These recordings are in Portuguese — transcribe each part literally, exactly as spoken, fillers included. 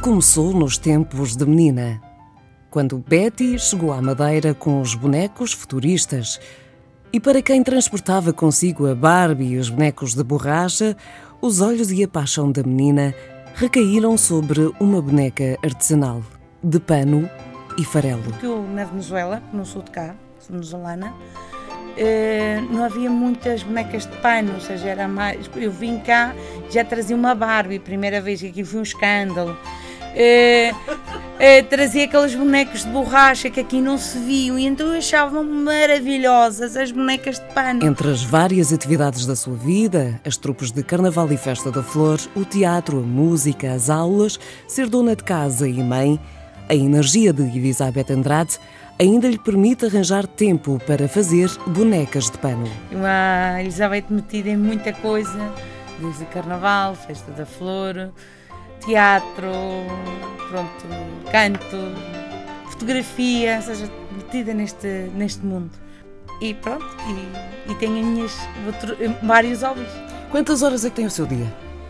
começou nos tempos de menina, quando Betty chegou à Madeira com os bonecos futuristas. E para quem transportava consigo a Barbie e os bonecos de borracha, os olhos e a paixão da menina recaíram sobre uma boneca artesanal, de pano e farelo. Porque eu, na Venezuela, não sou de cá, sou venezuelana, eh, não havia muitas bonecas de pano, ou seja, era mais... Eu vim cá, já trazia uma Barbie, primeira vez que aquilo foi um escândalo. Eh, eh, trazia aqueles bonecos de borracha que aqui não se viam, e então eu achava maravilhosas as bonecas de pano. Entre as várias atividades da sua vida, as trupes de Carnaval e Festa da Flor, o teatro, a música, as aulas, ser dona de casa e mãe, a energia de Elizabeth Andrade ainda lhe permite arranjar tempo para fazer bonecas de pano. A Elizabeth metida em muita coisa, desde Carnaval, Festa da Flor, teatro, pronto, canto, fotografia, ou seja, metida neste, neste mundo. E pronto, e, e tenho as minhas, outro, vários hobbies. Quantas horas é que tem o seu dia?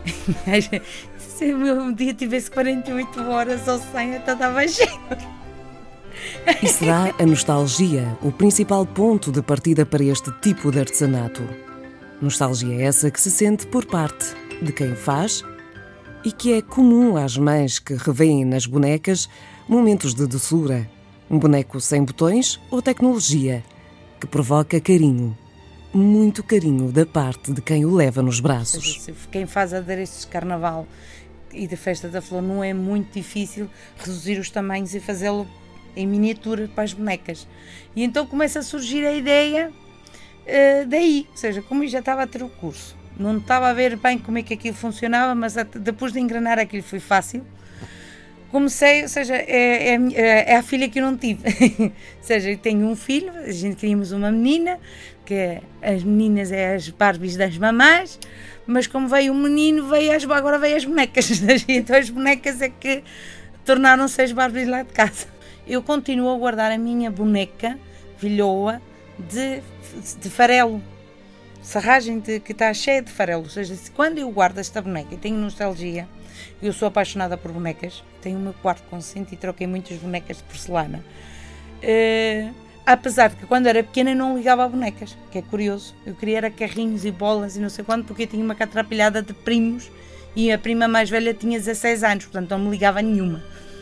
Se o meu dia tivesse quarenta e oito horas ou cem, até dava jeito. E será a nostalgia o principal ponto de partida para este tipo de artesanato? Nostalgia essa que se sente por parte de quem faz e que é comum às mães que revêem nas bonecas momentos de doçura, um boneco sem botões ou tecnologia, que provoca carinho, muito carinho da parte de quem o leva nos braços. Quem faz adereços de Carnaval e da Festa da Flor não é muito difícil reduzir os tamanhos e fazê-lo em miniatura para as bonecas. E então começa a surgir a ideia uh, daí, ou seja, como eu já estava a ter o curso, não estava a ver bem como é que aquilo funcionava, mas depois de engrenar aquilo foi fácil. Comecei, ou seja, é, é, é a filha que eu não tive. Ou seja, eu tenho um filho, a gente queríamos uma menina, que é, as meninas é as Barbies das mamães, mas como veio um menino, veio as, agora veio as bonecas. Então as bonecas é que tornaram-se as Barbies lá de casa. Eu continuo a guardar a minha boneca vilhoa de, de farelo. Serragem de, que está cheia de farelo, ou seja, quando eu guardo esta boneca e tenho nostalgia, eu sou apaixonada por bonecas, tenho o meu quarto com cinto e troquei muitas bonecas de porcelana, uh, apesar de que quando era pequena eu não ligava a bonecas, que é curioso, eu queria era carrinhos e bolas e não sei quanto, porque eu tinha uma catrapilhada de primos e a prima mais velha tinha dezasseis anos, portanto não me ligava a nenhuma.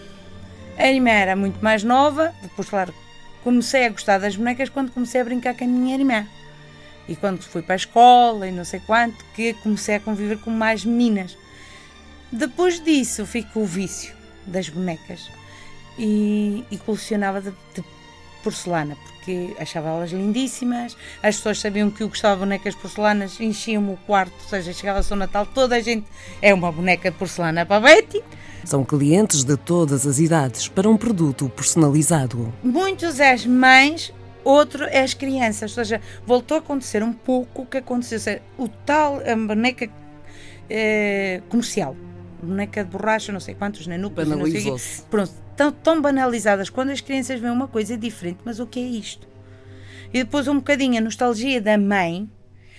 A irmã era muito mais nova, depois claro, comecei a gostar das bonecas quando comecei a brincar com a minha irmã. E quando fui para a escola e não sei quanto, que comecei a conviver com mais meninas. Depois disso, fui com o vício das bonecas e, e colecionava de, de porcelana, porque achava elas lindíssimas, as pessoas sabiam que eu gostava de bonecas porcelanas, enchiam-me o quarto, ou seja, chegava-se ao Natal, toda a gente é uma boneca de porcelana para a Betty. São clientes de todas as idades para um produto personalizado. Muitos as mães, outro é as crianças, ou seja, voltou a acontecer um pouco o que aconteceu, ou seja, o tal, a boneca eh, comercial, boneca de borracha, não sei quantos, nanucos, banalizou-se. Pronto, tão, tão banalizadas, quando as crianças veem uma coisa diferente, mas o que é isto? E depois um bocadinho a nostalgia da mãe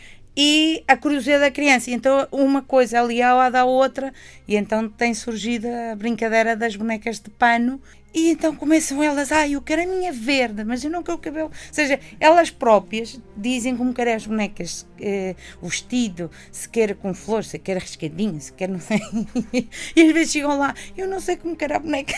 e a curiosidade da criança, e então uma coisa aliada à outra, e então tem surgido a brincadeira das bonecas de pano, e então começam elas, ah, eu quero a minha verde, mas eu não quero o cabelo, ou seja, elas próprias dizem como querem as bonecas, eh, o vestido, se quer com flores, se quer riscadinho, se quer não sei, e às vezes chegam lá, eu não sei como quero a boneca.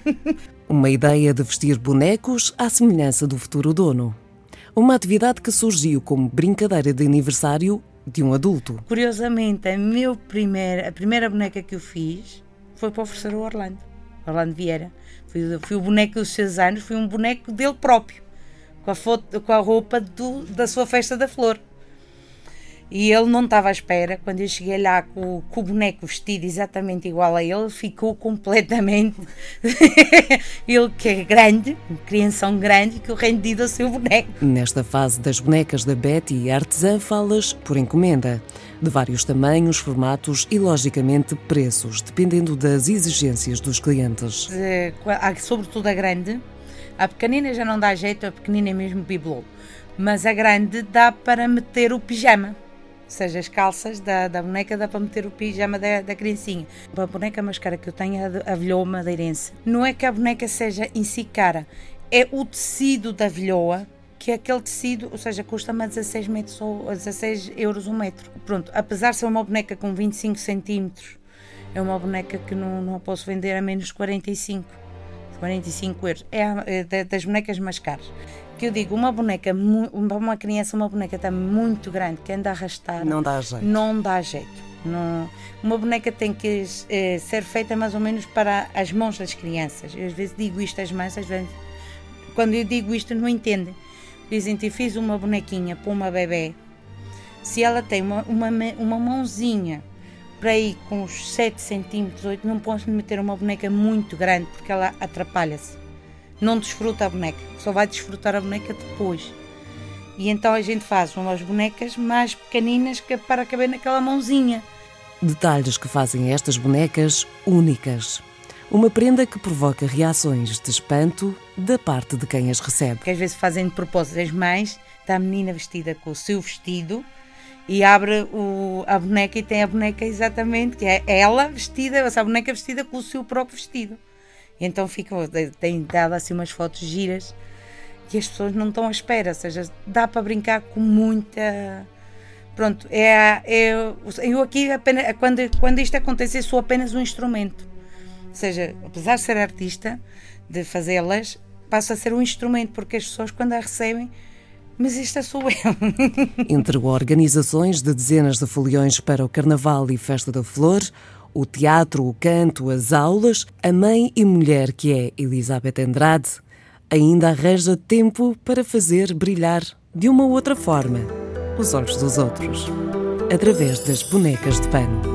Uma ideia de vestir bonecos à semelhança do futuro dono. Uma atividade que surgiu como brincadeira de aniversário de um adulto. Curiosamente, a, meu primeira, a primeira boneca que eu fiz foi para oferecer ao Orlando, Orlando Vieira. Fui, fui o boneco dos seus anos, fui um boneco dele próprio, com a, foto, com a roupa do, da sua Festa da Flor. E ele não estava à espera, quando eu cheguei lá com, com o boneco vestido exatamente igual a ele, ficou completamente... ele que é grande, um crianção grande, que o rendido ao seu boneco. Nesta fase das bonecas da Betty, a artesã fala-as por encomenda, de vários tamanhos, formatos e, logicamente, preços, dependendo das exigências dos clientes. É, sobretudo a grande, a pequenina já não dá jeito, a pequenina é mesmo bibelô, mas a grande dá para meter o pijama. seja, as calças da, da boneca dá para meter o pijama da, da criancinha. A boneca mais cara que eu tenho é a Velhoa madeirense. Não é que a boneca seja em si cara, é o tecido da Velhoa, que é aquele tecido, ou seja, custa-me a dezasseis, metros ou dezasseis euros um metro. Pronto, apesar de ser uma boneca com vinte e cinco centímetros, é uma boneca que não, não a posso vender a menos de quarenta e cinco euros. É, a, é das bonecas mais caras. Que eu digo, uma boneca, uma criança, uma boneca está muito grande, que anda a arrastar, não dá jeito. Não dá jeito. Não, uma boneca tem que é, ser feita mais ou menos para as mãos das crianças. Eu às vezes digo isto às mães, às vezes, quando eu digo isto não entendem. Dizem que eu fiz uma bonequinha para uma bebê, se ela tem uma, uma, uma mãozinha para ir com os sete centímetros, oito, não posso meter uma boneca muito grande porque ela atrapalha-se. Não desfruta a boneca, só vai desfrutar a boneca depois. E então a gente faz umas bonecas mais pequeninas que para caber naquela mãozinha. Detalhes que fazem estas bonecas únicas. Uma prenda que provoca reações de espanto da parte de quem as recebe. Porque às vezes fazem de propósito as mães, está a menina vestida com o seu vestido e abre o, a boneca e tem a boneca exatamente, que é ela vestida, essa boneca vestida com o seu próprio vestido. E então fica, tem dado assim umas fotos giras que as pessoas não estão à espera, ou seja, dá para brincar com muita... Pronto, é, é, eu aqui apenas, quando, quando isto acontece, eu sou apenas um instrumento. Ou seja, apesar de ser artista, de fazê-las, passa a ser um instrumento, porque as pessoas quando a recebem, mas esta sou eu. Entre organizações de dezenas de foliões para o Carnaval e Festa da Flor, o teatro, o canto, as aulas, a mãe e mulher que é Elizabeth Andrade ainda arranja tempo para fazer brilhar de uma outra forma os olhos dos outros, através das bonecas de pano.